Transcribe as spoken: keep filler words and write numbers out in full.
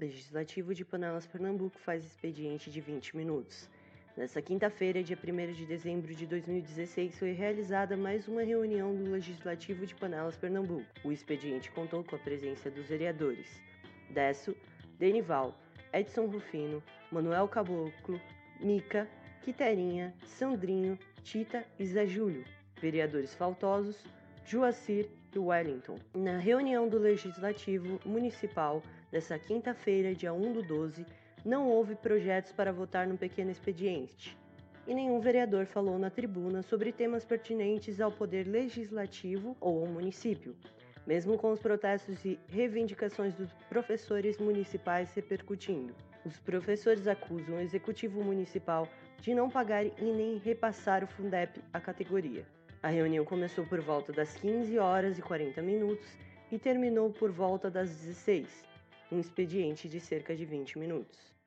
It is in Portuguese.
Legislativo de Panelas, Pernambuco faz expediente de vinte minutos. Nesta quinta-feira, dia primeiro de dezembro de dois mil e dezesseis, foi realizada mais uma reunião do Legislativo de Panelas, Pernambuco. O expediente contou com a presença dos vereadores Décio, Denival, Edson Rufino, Manuel Caboclo, Mica, Quiterinha, Sandrinho, Tita e Zé Júlio, vereadores faltosos, Joacir e Wellington. Na reunião do Legislativo Municipal desta quinta-feira, dia um do doze, não houve projetos para votar no pequeno expediente, e nenhum vereador falou na tribuna sobre temas pertinentes ao poder legislativo ou ao município, mesmo com os protestos e reivindicações dos professores municipais repercutindo. Os professores acusam o Executivo Municipal de não pagar e nem repassar o Fundep à categoria. A reunião começou por volta das quinze horas e quarenta minutos e terminou por volta das dezesseis, um expediente de cerca de vinte minutos.